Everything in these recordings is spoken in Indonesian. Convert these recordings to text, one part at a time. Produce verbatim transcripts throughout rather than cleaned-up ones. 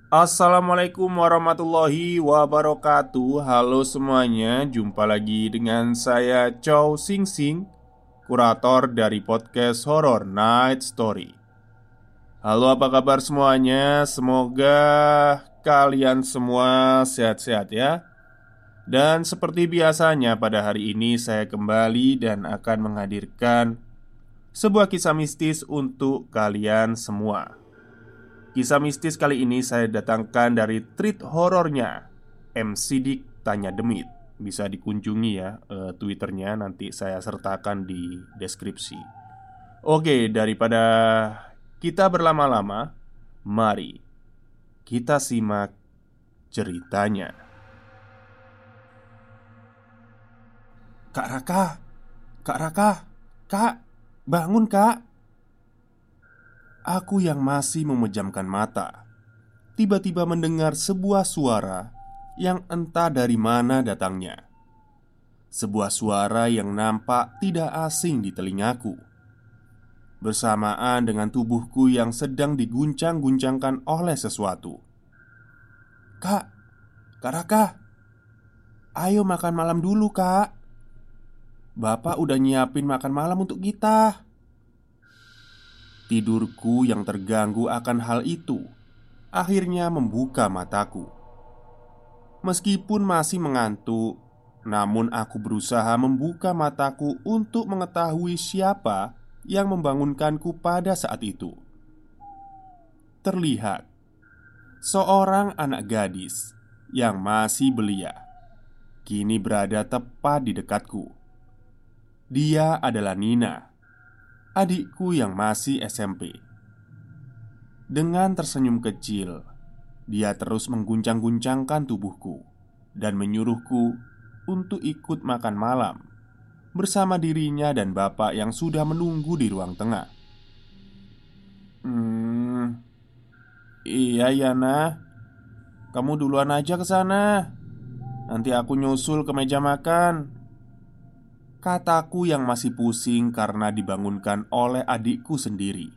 Assalamualaikum warahmatullahi wabarakatuh. Halo semuanya, jumpa lagi dengan saya Chow Sing Sing, kurator dari podcast Horror Night Story. Halo, apa kabar semuanya? Semoga kalian semua sehat-sehat ya. Dan seperti biasanya pada hari ini saya kembali dan akan menghadirkan sebuah kisah mistis untuk kalian semua. Kisah mistis kali ini saya datangkan dari treat horornya M Sidik Tanya Demit. Bisa dikunjungi ya eh, Twitternya, nanti saya sertakan di deskripsi. Oke, daripada kita berlama-lama, mari kita simak ceritanya. Kak Raka, Kak Raka, Kak, bangun Kak. Aku yang masih memejamkan mata tiba-tiba mendengar sebuah suara yang entah dari mana datangnya. Sebuah suara yang nampak tidak asing di telingaku, bersamaan dengan tubuhku yang sedang diguncang-guncangkan oleh sesuatu. Kak, Kak Raka, ayo makan malam dulu kak. Bapak udah nyiapin makan malam untuk kita. Tidurku yang terganggu akan hal itu akhirnya membuka mataku. Meskipun masih mengantuk, namun aku berusaha membuka mataku untuk mengetahui siapa yang membangunkanku pada saat itu. Terlihat seorang anak gadis yang masih belia kini berada tepat di dekatku. Dia adalah Nina, adikku yang masih S M P. Dengan tersenyum kecil, dia terus mengguncang-guncangkan tubuhku dan menyuruhku untuk ikut makan malam bersama dirinya dan bapak yang sudah menunggu di ruang tengah. Hmm, iya Yana, kamu duluan aja ke sana. Nanti aku nyusul ke meja makan, kataku yang masih pusing karena dibangunkan oleh adikku sendiri.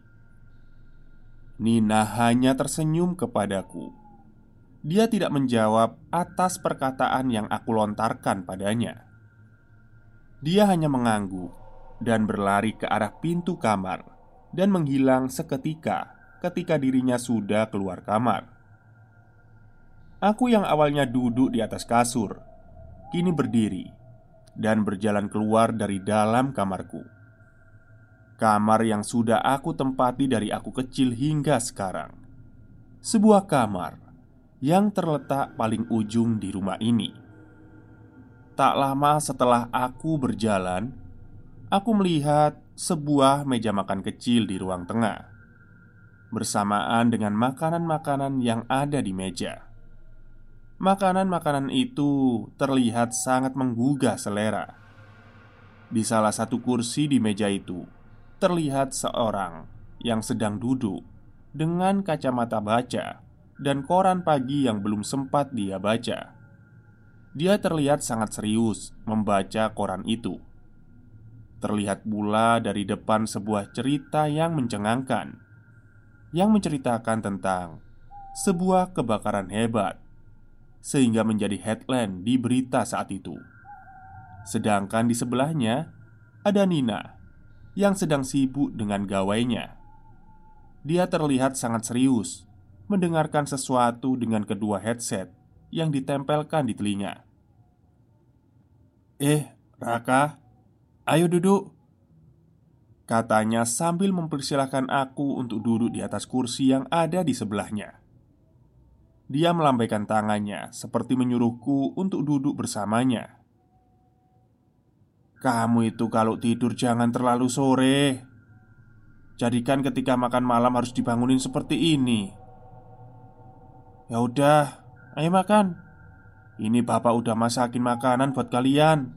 Nina hanya tersenyum kepadaku. Dia tidak menjawab atas perkataan yang aku lontarkan padanya. Dia hanya mengangguk dan berlari ke arah pintu kamar dan menghilang seketika ketika dirinya sudah keluar kamar. Aku yang awalnya duduk di atas kasur kini berdiri dan berjalan keluar dari dalam kamarku. Kamar yang sudah aku tempati dari aku kecil hingga sekarang. Sebuah kamar yang terletak paling ujung di rumah ini. Tak lama setelah aku berjalan, aku melihat sebuah meja makan kecil di ruang tengah, bersamaan dengan makanan-makanan yang ada di meja. Makanan-makanan itu terlihat sangat menggugah selera. Di salah satu kursi di meja itu terlihat seorang yang sedang duduk dengan kacamata baca dan koran pagi yang belum sempat dia baca. Dia terlihat sangat serius membaca koran itu. Terlihat pula dari depan sebuah cerita yang mencengangkan, yang menceritakan tentang sebuah kebakaran hebat, sehingga menjadi headline di berita saat itu. Sedangkan di sebelahnya ada Nina yang sedang sibuk dengan gawainya. Dia terlihat sangat serius mendengarkan sesuatu dengan kedua headset yang ditempelkan di telinga. "Eh, Raka, ayo duduk," katanya sambil mempersilahkan aku untuk duduk di atas kursi yang ada di sebelahnya. Dia melambaikan tangannya seperti menyuruhku untuk duduk bersamanya. "Kamu itu kalau tidur jangan terlalu sore. Jadikan ketika makan malam harus dibangunin seperti ini." "Ya udah, ayo makan. Ini bapak udah masakin makanan buat kalian."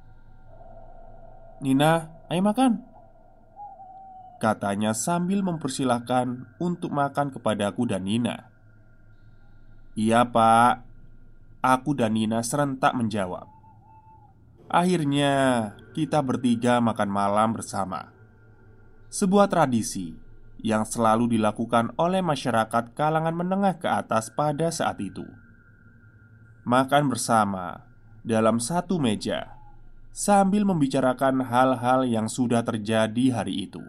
"Nina, ayo makan," katanya sambil mempersilahkan untuk makan kepadaku dan Nina. "Iya pak," aku dan Nina serentak menjawab. Akhirnya kita bertiga makan malam bersama. Sebuah tradisi yang selalu dilakukan oleh masyarakat kalangan menengah ke atas pada saat itu. Makan bersama dalam satu meja sambil membicarakan hal-hal yang sudah terjadi hari itu.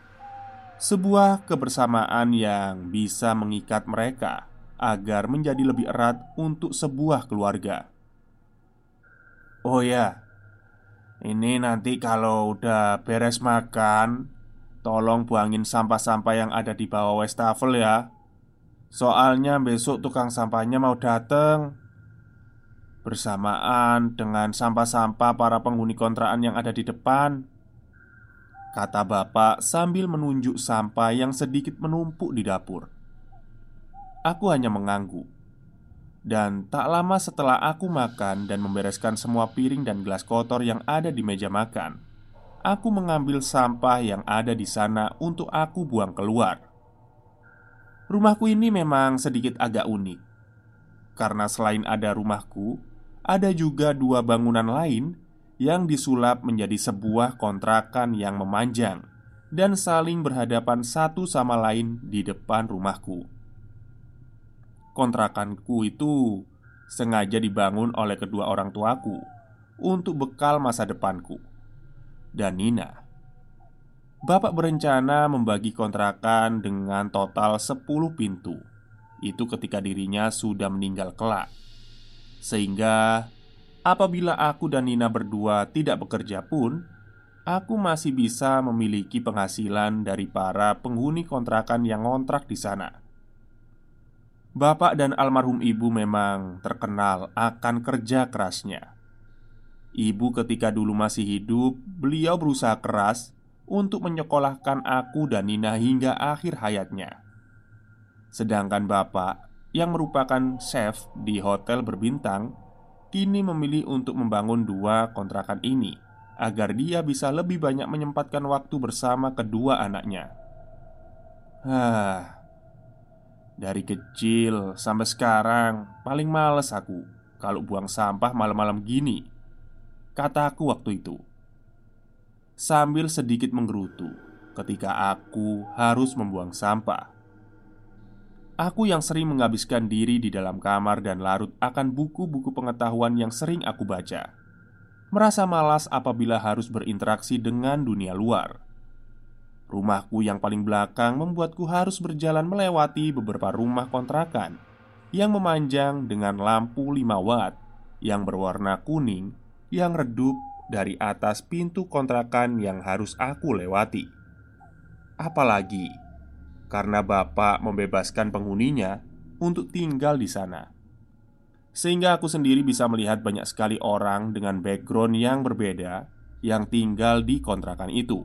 Sebuah kebersamaan yang bisa mengikat mereka agar menjadi lebih erat untuk sebuah keluarga. Oh ya, ini nanti kalau udah beres makan, tolong buangin sampah-sampah yang ada di bawah wastafel ya. Soalnya besok tukang sampahnya mau dateng. Bersamaan dengan sampah-sampah para penghuni kontrakan yang ada di depan, kata bapak sambil menunjuk sampah yang sedikit menumpuk di dapur. Aku hanya mengangguk. Dan tak lama setelah aku makan dan membereskan semua piring dan gelas kotor yang ada di meja makan, aku mengambil sampah yang ada di sana untuk aku buang keluar. Rumahku ini memang sedikit agak unik, karena selain ada rumahku, ada juga dua bangunan lain yang disulap menjadi sebuah kontrakan yang memanjang dan saling berhadapan satu sama lain di depan rumahku. Kontrakanku itu sengaja dibangun oleh kedua orang tuaku untuk bekal masa depanku dan Nina. Bapak berencana membagi kontrakan dengan total sepuluh pintu. Itu ketika dirinya sudah meninggal kelak. Sehingga apabila aku dan Nina berdua tidak bekerja pun, aku masih bisa memiliki penghasilan dari para penghuni kontrakan yang ngontrak di sana. Bapak dan almarhum ibu memang terkenal akan kerja kerasnya. Ibu ketika dulu masih hidup, beliau berusaha keras untuk menyekolahkan aku dan Nina hingga akhir hayatnya. Sedangkan bapak, yang merupakan chef di hotel berbintang, kini memilih untuk membangun dua kontrakan ini agar dia bisa lebih banyak menyempatkan waktu bersama kedua anaknya. Hah, dari kecil sampai sekarang paling males aku kalau buang sampah malam-malam gini, kataku waktu itu, sambil sedikit menggerutu ketika aku harus membuang sampah. Aku yang sering menghabiskan diri di dalam kamar dan larut akan buku-buku pengetahuan yang sering aku baca, merasa malas apabila harus berinteraksi dengan dunia luar. Rumahku yang paling belakang membuatku harus berjalan melewati beberapa rumah kontrakan yang memanjang dengan lampu lima watt yang berwarna kuning yang redup dari atas pintu kontrakan yang harus aku lewati. Apalagi karena bapak membebaskan penghuninya untuk tinggal di sana, sehingga aku sendiri bisa melihat banyak sekali orang dengan background yang berbeda yang tinggal di kontrakan itu.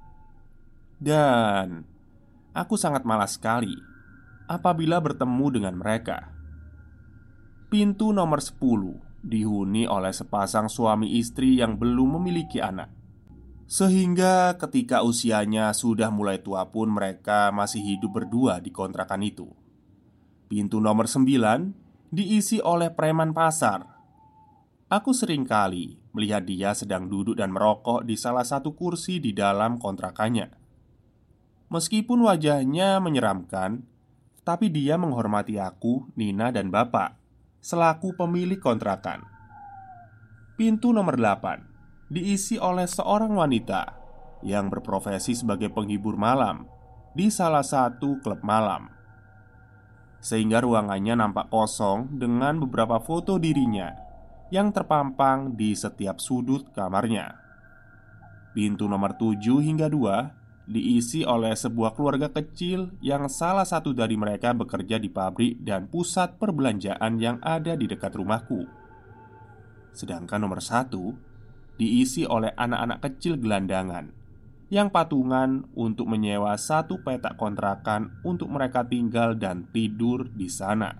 Dan aku sangat malas sekali apabila bertemu dengan mereka. Pintu nomor sepuluh dihuni oleh sepasang suami istri yang belum memiliki anak, sehingga ketika usianya sudah mulai tua pun mereka masih hidup berdua di kontrakan itu. Pintu nomor sembilan diisi oleh preman pasar. Aku sering kali melihat dia sedang duduk dan merokok di salah satu kursi di dalam kontrakannya. Meskipun wajahnya menyeramkan, tapi dia menghormati aku, Nina, dan bapak selaku pemilik kontrakan. Pintu nomor delapan diisi oleh seorang wanita yang berprofesi sebagai penghibur malam di salah satu klub malam, sehingga ruangannya nampak kosong dengan beberapa foto dirinya yang terpampang di setiap sudut kamarnya. Pintu nomor tujuh hingga dua diisi oleh sebuah keluarga kecil yang salah satu dari mereka bekerja di pabrik dan pusat perbelanjaan yang ada di dekat rumahku. Sedangkan nomor satu diisi oleh anak-anak kecil gelandangan yang patungan untuk menyewa satu petak kontrakan untuk mereka tinggal dan tidur di sana.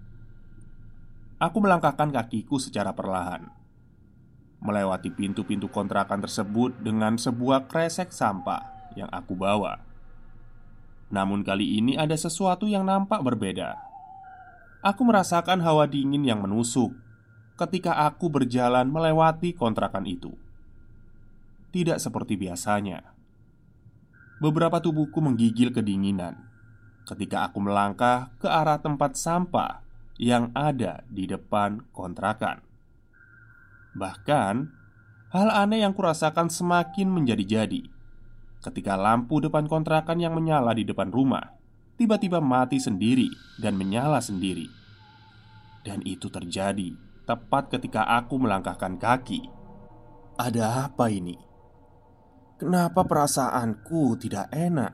Aku melangkahkan kakiku secara perlahan melewati pintu-pintu kontrakan tersebut dengan sebuah kresek sampah yang aku bawa. Namun kali ini ada sesuatu yang nampak berbeda. Aku merasakan hawa dingin yang menusuk ketika aku berjalan melewati kontrakan itu. Tidak seperti biasanya. beberapa tubuhku menggigil kedinginan ketika aku melangkah ke arah tempat sampah yang ada di depan kontrakan. Bahkan, hal aneh yang kurasakan semakin menjadi-jadi ketika lampu depan kontrakan yang menyala di depan rumah tiba-tiba mati sendiri dan menyala sendiri. Dan itu terjadi tepat ketika aku melangkahkan kaki. Ada apa ini? Kenapa perasaanku tidak enak?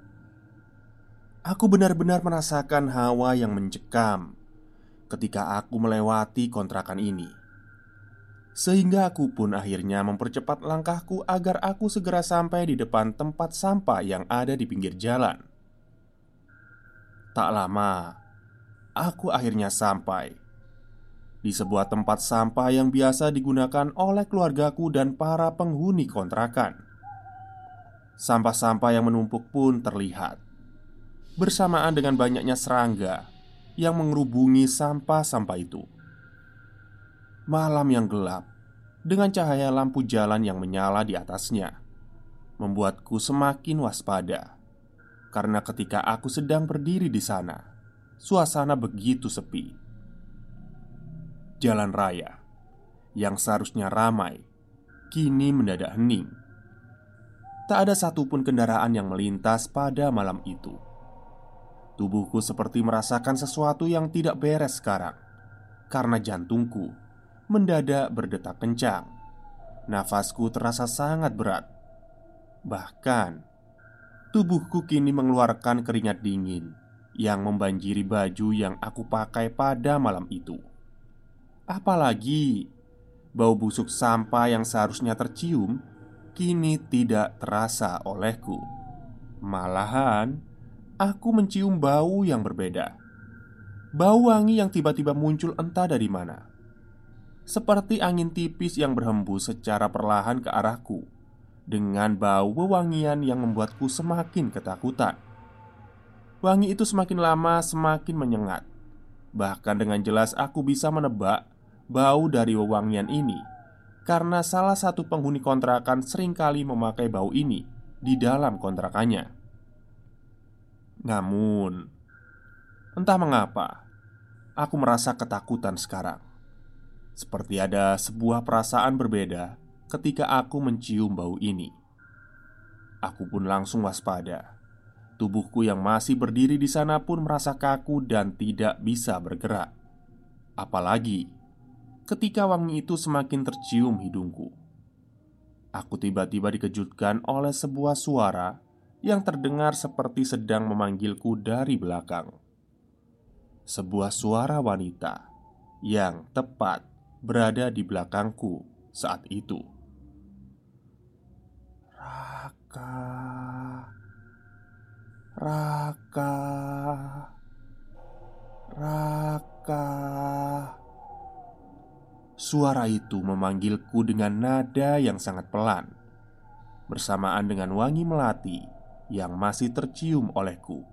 Aku benar-benar merasakan hawa yang mencekam ketika aku melewati kontrakan ini, sehingga aku pun akhirnya mempercepat langkahku agar aku segera sampai di depan tempat sampah yang ada di pinggir jalan. Tak lama, aku akhirnya sampai di sebuah tempat sampah yang biasa digunakan oleh keluargaku dan para penghuni kontrakan. Sampah-sampah yang menumpuk pun terlihat, bersamaan dengan banyaknya serangga yang mengerubungi sampah-sampah itu. Malam yang gelap dengan cahaya lampu jalan yang menyala di atasnya membuatku semakin waspada, karena ketika aku sedang berdiri di sana, suasana begitu sepi. Jalan raya yang seharusnya ramai kini mendadak hening. Tak ada satupun kendaraan yang melintas pada malam itu. Tubuhku seperti merasakan sesuatu yang tidak beres sekarang, karena jantungku mendadak berdetak kencang. Nafasku terasa sangat berat. Bahkan, tubuhku kini mengeluarkan keringat dingin yang membanjiri baju yang aku pakai pada malam itu. Apalagi, bau busuk sampah yang seharusnya tercium kini tidak terasa olehku. Malahan, aku mencium bau yang berbeda. Bau wangi yang tiba-tiba muncul entah dari mana, seperti angin tipis yang berhembus secara perlahan ke arahku, dengan bau wewangian yang membuatku semakin ketakutan. Wangi itu semakin lama semakin menyengat. Bahkan dengan jelas aku bisa menebak bau dari wewangian ini, karena salah satu penghuni kontrakan seringkali memakai bau ini di dalam kontrakannya. Namun, entah mengapa, aku merasa ketakutan sekarang. Seperti ada sebuah perasaan berbeda ketika aku mencium bau ini. Aku pun langsung waspada. Tubuhku yang masih berdiri di sana pun merasa kaku dan tidak bisa bergerak. Apalagi ketika wangi itu semakin tercium hidungku. Aku tiba-tiba dikejutkan oleh sebuah suara yang terdengar seperti sedang memanggilku dari belakang. Sebuah suara wanita yang tepat berada di belakangku saat itu. Raka, Raka, Raka. Suara itu memanggilku dengan nada yang sangat pelan, bersamaan dengan wangi melati yang masih tercium olehku.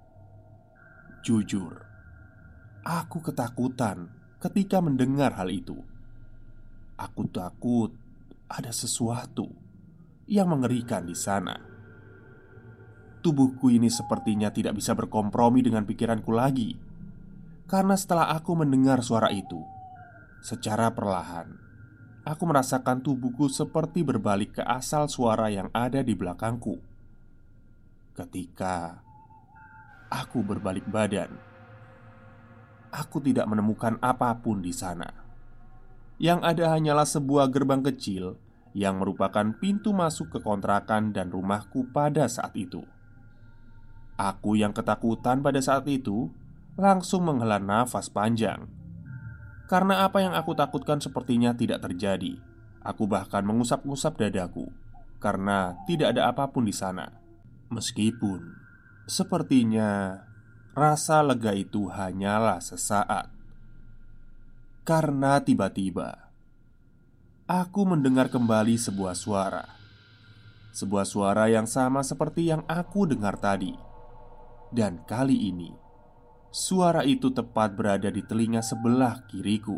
Jujur, aku ketakutan ketika mendengar hal itu. Aku takut ada sesuatu yang mengerikan di sana. Tubuhku ini sepertinya tidak bisa berkompromi dengan pikiranku lagi, karena setelah aku mendengar suara itu, secara perlahan aku merasakan tubuhku seperti berbalik ke asal suara yang ada di belakangku. Ketika aku berbalik badan, aku tidak menemukan apapun di sana. Yang ada hanyalah sebuah gerbang kecil yang merupakan pintu masuk ke kontrakan dan rumahku pada saat itu. Aku yang ketakutan pada saat itu langsung menghela nafas panjang, karena apa yang aku takutkan sepertinya tidak terjadi. Aku bahkan mengusap-ngusap dadaku karena tidak ada apapun di sana. Meskipun sepertinya rasa lega itu hanyalah sesaat. Karena tiba-tiba aku mendengar kembali sebuah suara. Sebuah suara yang sama seperti yang aku dengar tadi. Dan kali ini suara itu tepat berada di telinga sebelah kiriku.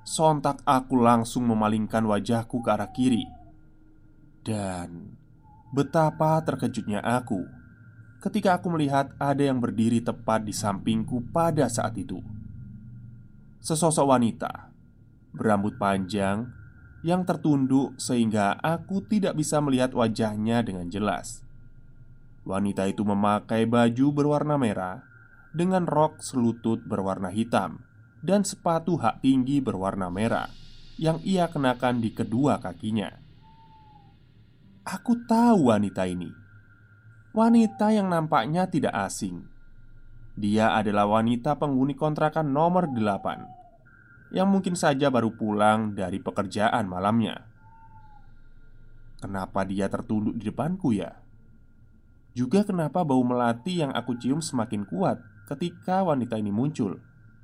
Sontak aku langsung memalingkan wajahku ke arah kiri. Dan Betapa terkejutnya aku ketika aku melihat ada yang berdiri tepat di sampingku pada saat itu. Sesosok wanita berambut panjang yang tertunduk sehingga aku tidak bisa melihat wajahnya dengan jelas. Wanita itu memakai baju berwarna merah dengan rok selutut berwarna hitam dan sepatu hak tinggi berwarna merah yang ia kenakan di kedua kakinya. Aku tahu wanita ini. Wanita yang nampaknya tidak asing. Dia adalah wanita penghuni kontrakan nomor delapan yang mungkin saja baru pulang dari pekerjaan malamnya. Kenapa dia tertunduk di depanku ya? Juga kenapa bau melati yang aku cium semakin kuat ketika wanita ini muncul?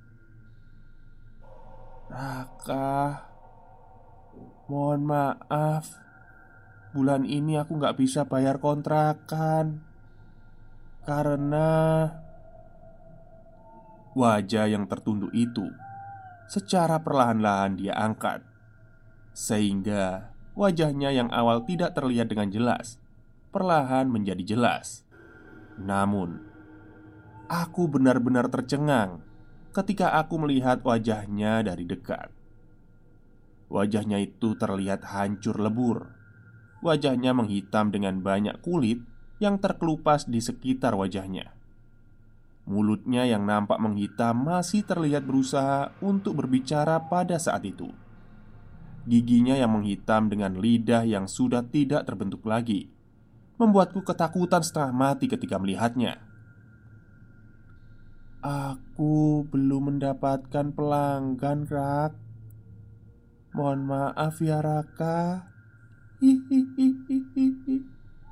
Raka, mohon maaf, bulan ini aku gak bisa bayar kontrakan karena wajah yang tertunduk itu secara perlahan-lahan dia angkat, sehingga wajahnya yang awal tidak terlihat dengan jelas perlahan menjadi jelas. Namun, aku benar-benar tercengang ketika aku melihat wajahnya dari dekat. Wajahnya itu terlihat hancur lebur. Wajahnya menghitam dengan banyak kulit yang terkelupas di sekitar wajahnya. Mulutnya yang nampak menghitam masih terlihat berusaha untuk berbicara pada saat itu. Giginya yang menghitam dengan lidah yang sudah tidak terbentuk lagi membuatku ketakutan setengah mati ketika melihatnya. Aku belum mendapatkan pelanggan, Rak. Mohon maaf ya, Raka. Hihihihihi.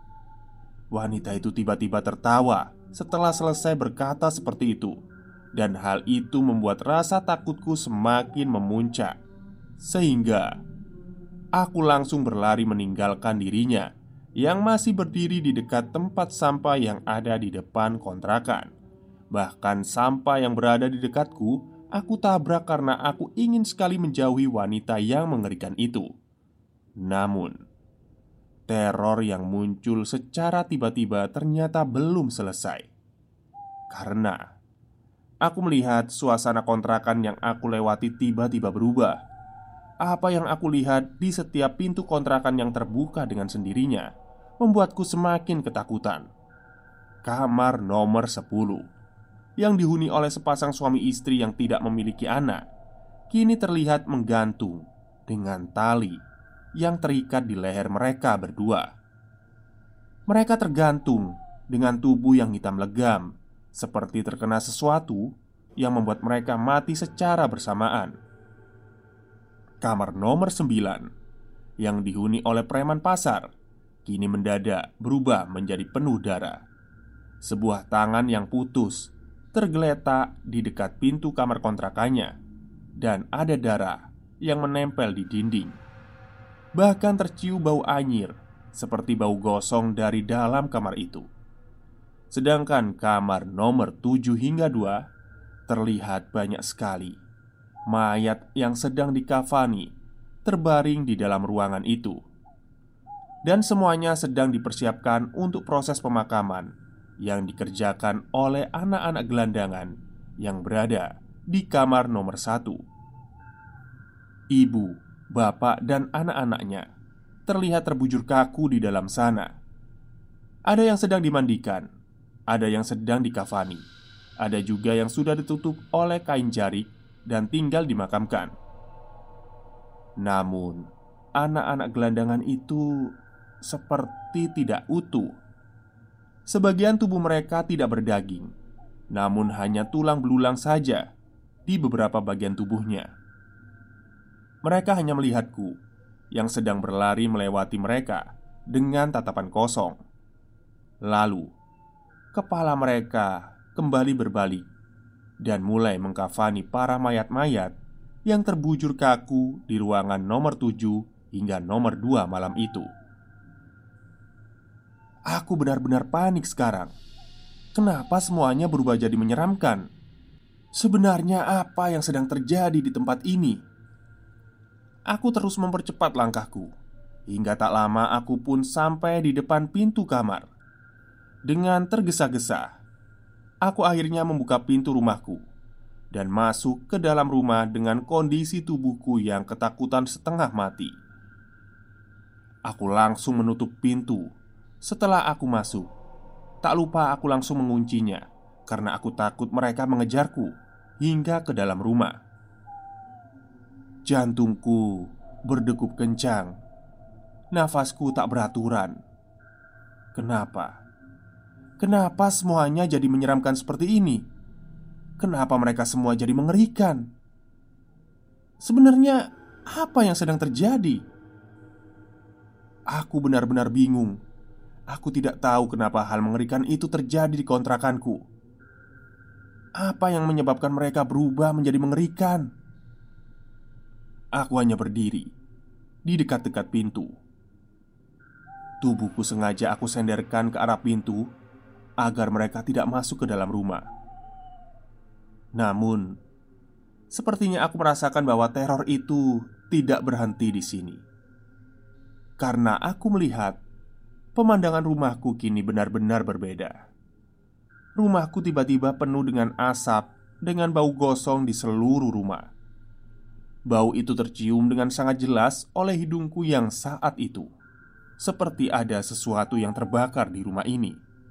Wanita itu tiba-tiba tertawa setelah selesai berkata seperti itu, dan hal itu membuat rasa takutku semakin memuncak, sehingga aku langsung berlari meninggalkan dirinya yang masih berdiri di dekat tempat sampah yang ada di depan kontrakan. Bahkan sampah yang berada di dekatku, aku tabrak karena aku ingin sekali menjauhi wanita yang mengerikan itu. Namun, teror yang muncul secara tiba-tiba ternyata belum selesai. Karena aku melihat suasana kontrakan yang aku lewati tiba-tiba berubah. Apa yang aku lihat di setiap pintu kontrakan yang terbuka dengan sendirinya membuatku semakin ketakutan. Kamar nomor sepuluh yang dihuni oleh sepasang suami istri yang tidak memiliki anak kini terlihat menggantung dengan tali yang terikat di leher mereka berdua. Mereka tergantung dengan tubuh yang hitam legam, seperti terkena sesuatu yang membuat mereka mati secara bersamaan. Kamar nomor sembilan yang dihuni oleh preman pasar kini mendadak berubah menjadi penuh darah. Sebuah tangan yang putus tergeletak di dekat pintu kamar kontrakannya, dan ada darah yang menempel di dinding. Bahkan tercium bau anyir seperti bau gosong dari dalam kamar itu. Sedangkan kamar nomor tujuh hingga dua terlihat banyak sekali mayat yang sedang dikafani terbaring di dalam ruangan itu. Dan semuanya sedang dipersiapkan untuk proses pemakaman yang dikerjakan oleh anak-anak gelandangan yang berada di kamar nomor satu. Ibu, bapak, dan anak-anaknya terlihat terbujur kaku di dalam sana. Ada yang sedang dimandikan, ada yang sedang dikafani, ada juga yang sudah ditutup oleh kain jarik dan tinggal dimakamkan. Namun, anak-anak gelandangan itu seperti tidak utuh. Sebagian tubuh mereka tidak berdaging, namun hanya tulang belulang saja di beberapa bagian tubuhnya. Mereka hanya melihatku yang sedang berlari melewati mereka dengan tatapan kosong. Lalu, kepala mereka kembali berbalik dan mulai mengkafani para mayat-mayat yang terbujur kaku di ruangan nomor tujuh hingga nomor dua malam itu. Aku benar-benar panik sekarang. Kenapa semuanya berubah jadi menyeramkan? Sebenarnya apa yang sedang terjadi di tempat ini? Aku terus mempercepat langkahku Hingga tak lama aku pun sampai di depan pintu kamar. Dengan tergesa-gesa, aku akhirnya membuka pintu rumahku dan masuk ke dalam rumah dengan kondisi tubuhku yang ketakutan setengah mati. Aku langsung menutup pintu. Setelah aku masuk, tak lupa aku langsung menguncinya karena aku takut mereka mengejarku hingga ke dalam rumah. Jantungku berdegup kencang. Nafasku tak beraturan. Kenapa? Kenapa semuanya jadi menyeramkan seperti ini? Kenapa mereka semua jadi mengerikan? Sebenarnya apa yang sedang terjadi? Aku benar-benar bingung. Aku tidak tahu kenapa hal mengerikan itu terjadi di kontrakanku. Apa yang menyebabkan mereka berubah menjadi mengerikan? Aku hanya berdiri di dekat-dekat pintu. Tubuhku sengaja aku senderkan ke arah pintu agar mereka tidak masuk ke dalam rumah. Namun, sepertinya aku merasakan bahwa teror itu tidak berhenti di sini. Karena aku melihat pemandangan rumahku kini benar-benar berbeda. Rumahku tiba-tiba penuh dengan asap, dengan bau gosong di seluruh rumah. Bau itu tercium dengan sangat jelas oleh hidungku yang saat itu seperti ada sesuatu yang terbakar di rumah ini.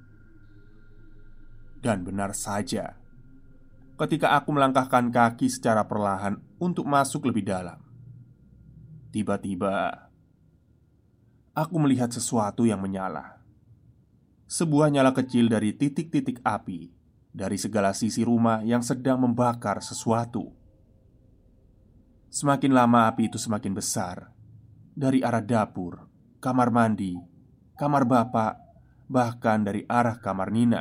Dan benar saja, ketika aku melangkahkan kaki secara perlahan untuk masuk lebih dalam, tiba-tiba aku melihat sesuatu yang menyala. Sebuah nyala kecil dari titik-titik api dari segala sisi rumah yang sedang membakar sesuatu. Semakin lama api itu semakin besar. Dari arah dapur, kamar mandi, kamar bapak, bahkan dari arah kamar Nina.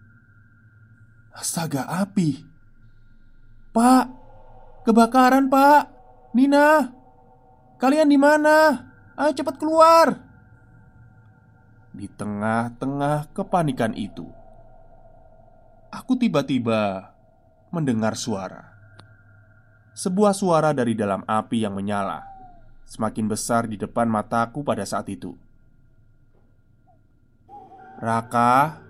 Astaga, api! Pak! Kebakaran, Pak! Nina! Kalian di mana? Ayo cepat keluar! Di tengah-tengah kepanikan itu, aku tiba-tiba mendengar suara. Sebuah suara dari dalam api yang menyala semakin besar di depan mataku pada saat itu. Raka,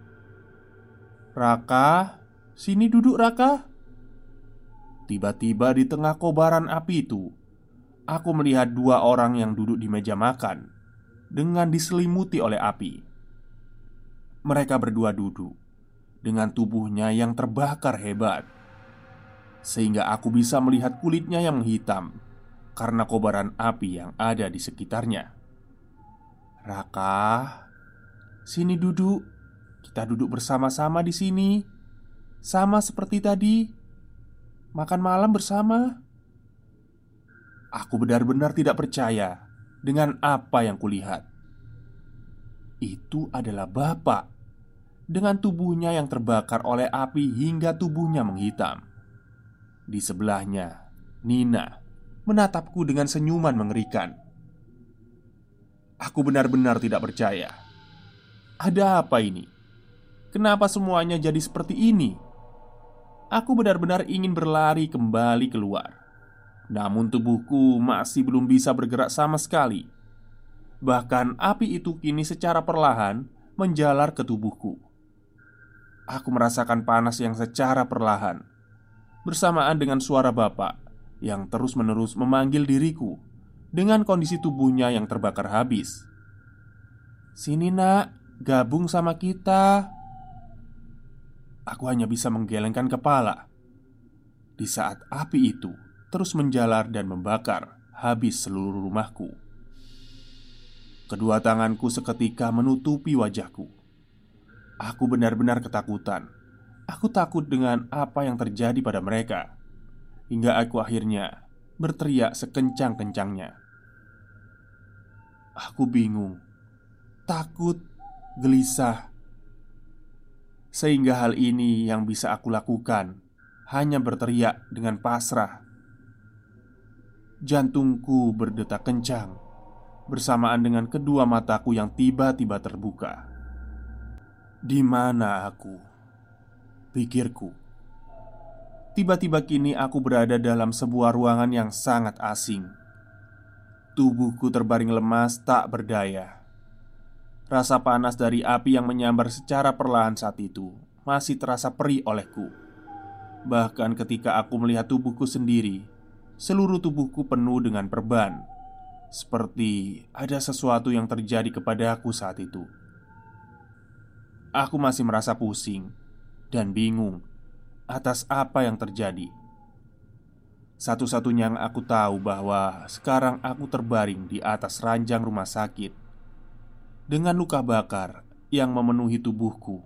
Raka, sini duduk Raka. Tiba-tiba di tengah kobaran api itu, aku melihat dua orang yang duduk di meja makan dengan diselimuti oleh api. Mereka berdua duduk dengan tubuhnya yang terbakar hebat, sehingga aku bisa melihat kulitnya yang menghitam karena kobaran api yang ada di sekitarnya. Raka, sini duduk. Kita duduk bersama-sama di sini, sama seperti tadi. Makan malam bersama. Aku benar-benar tidak percaya dengan apa yang kulihat. Itu adalah bapak dengan tubuhnya yang terbakar oleh api hingga tubuhnya menghitam. Di sebelahnya, Nina menatapku dengan senyuman mengerikan. Aku benar-benar tidak percaya. Ada apa ini? Kenapa semuanya jadi seperti ini? Aku benar-benar ingin berlari kembali keluar. Namun tubuhku masih belum bisa bergerak sama sekali. Bahkan api itu kini secara perlahan menjalar ke tubuhku. Aku merasakan panas yang secara perlahan, bersamaan dengan suara bapak yang terus-menerus memanggil diriku dengan kondisi tubuhnya yang terbakar habis. Sini nak, gabung sama kita. Aku hanya bisa menggelengkan kepala di saat api itu terus menjalar dan membakar habis seluruh rumahku. Kedua tanganku seketika menutupi wajahku. Aku benar-benar ketakutan. Aku takut dengan apa yang terjadi pada mereka. Hingga aku akhirnya berteriak sekencang-kencangnya. Aku bingung, takut, gelisah. Sehingga hal ini yang bisa aku lakukan hanya berteriak dengan pasrah. Jantungku berdetak kencang bersamaan dengan kedua mataku yang tiba-tiba terbuka. Di mana aku? Pikirku. Tiba-tiba kini aku berada dalam sebuah ruangan yang sangat asing. Tubuhku terbaring lemas tak berdaya. Rasa panas dari api yang menyambar secara perlahan saat itu masih terasa perih olehku. Bahkan ketika aku melihat tubuhku sendiri, seluruh tubuhku penuh dengan perban, seperti ada sesuatu yang terjadi kepada aku saat itu. Aku masih merasa pusing dan bingung atas apa yang terjadi. Satu-satunya yang aku tahu bahwa sekarang aku terbaring di atas ranjang rumah sakit dengan luka bakar yang memenuhi tubuhku.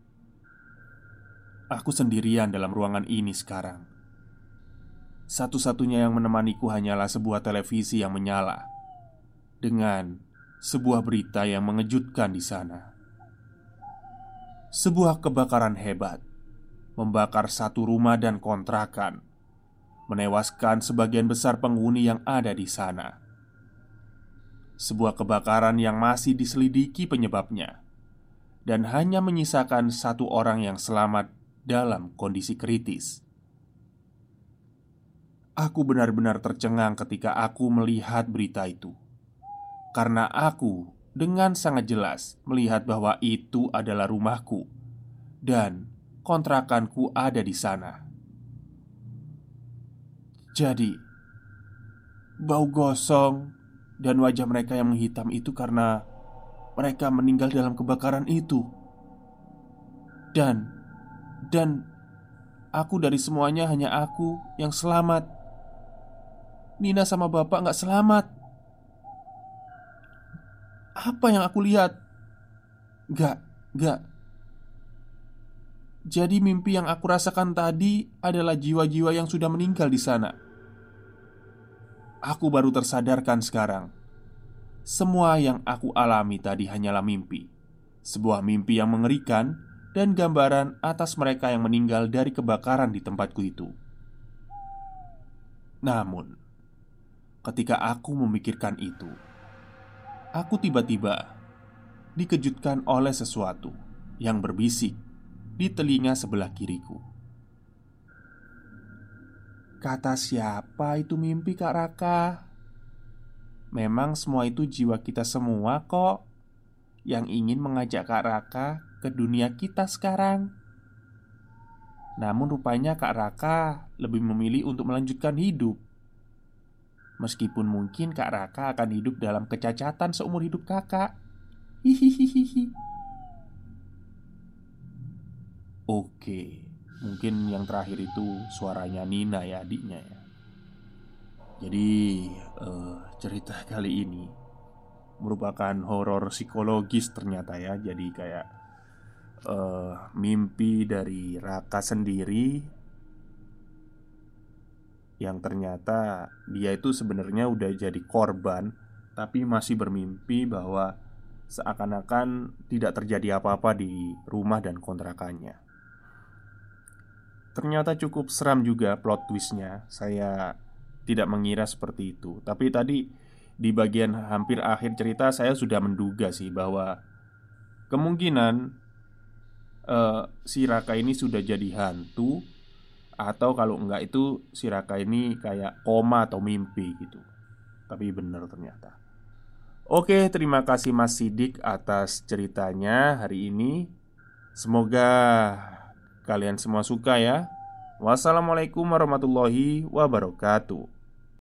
Aku sendirian dalam ruangan ini sekarang. Satu-satunya yang menemaniku hanyalah sebuah televisi yang menyala dengan sebuah berita yang mengejutkan di sana. Sebuah kebakaran hebat membakar satu rumah dan kontrakan, menewaskan sebagian besar penghuni yang ada di sana. Sebuah kebakaran yang masih diselidiki penyebabnya, dan hanya menyisakan satu orang yang selamat dalam kondisi kritis. Aku benar-benar tercengang ketika aku melihat berita itu, karena aku dengan sangat jelas melihat bahwa itu adalah rumahku dan kontrakanku ada di sana. Jadi, bau gosong dan wajah mereka yang menghitam itu karena mereka meninggal dalam kebakaran itu. Dan Dan aku dari semuanya hanya aku yang selamat. Nina sama bapak gak selamat. Apa yang aku lihat? Gak, gak. Jadi mimpi yang aku rasakan tadi adalah jiwa-jiwa yang sudah meninggal di sana. Aku baru tersadarkan sekarang. Semua yang aku alami tadi hanyalah mimpi. Sebuah mimpi yang mengerikan dan gambaran atas mereka yang meninggal dari kebakaran di tempatku itu. Namun, ketika aku memikirkan itu, aku tiba-tiba dikejutkan oleh sesuatu yang berbisik di telinga sebelah kiriku. Kata siapa itu mimpi, Kak Raka? Memang semua itu jiwa kita semua kok, yang ingin mengajak Kak Raka ke dunia kita sekarang. Namun rupanya Kak Raka lebih memilih untuk melanjutkan hidup. Meskipun mungkin Kak Raka akan hidup dalam kecacatan seumur hidup kakak. Hihihihi. Oke, mungkin yang terakhir itu suaranya Nina ya, adiknya ya. Jadi uh, cerita kali ini merupakan horor psikologis ternyata ya. Jadi kayak uh, mimpi dari Raka sendiri, yang ternyata dia itu sebenarnya udah jadi korban, tapi masih bermimpi bahwa seakan-akan tidak terjadi apa-apa di rumah dan kontrakannya. Ternyata cukup seram juga plot twistnya. Saya tidak mengira seperti itu. Tapi tadi di bagian hampir akhir cerita saya sudah menduga sih bahwa kemungkinan uh, si Raka ini sudah jadi hantu, atau kalau enggak itu si Raka ini kayak koma atau mimpi gitu. Tapi benar ternyata. Oke, terima kasih Mas Sidik atas ceritanya hari ini. Semoga kalian semua suka ya. Wassalamualaikum warahmatullahi wabarakatuh.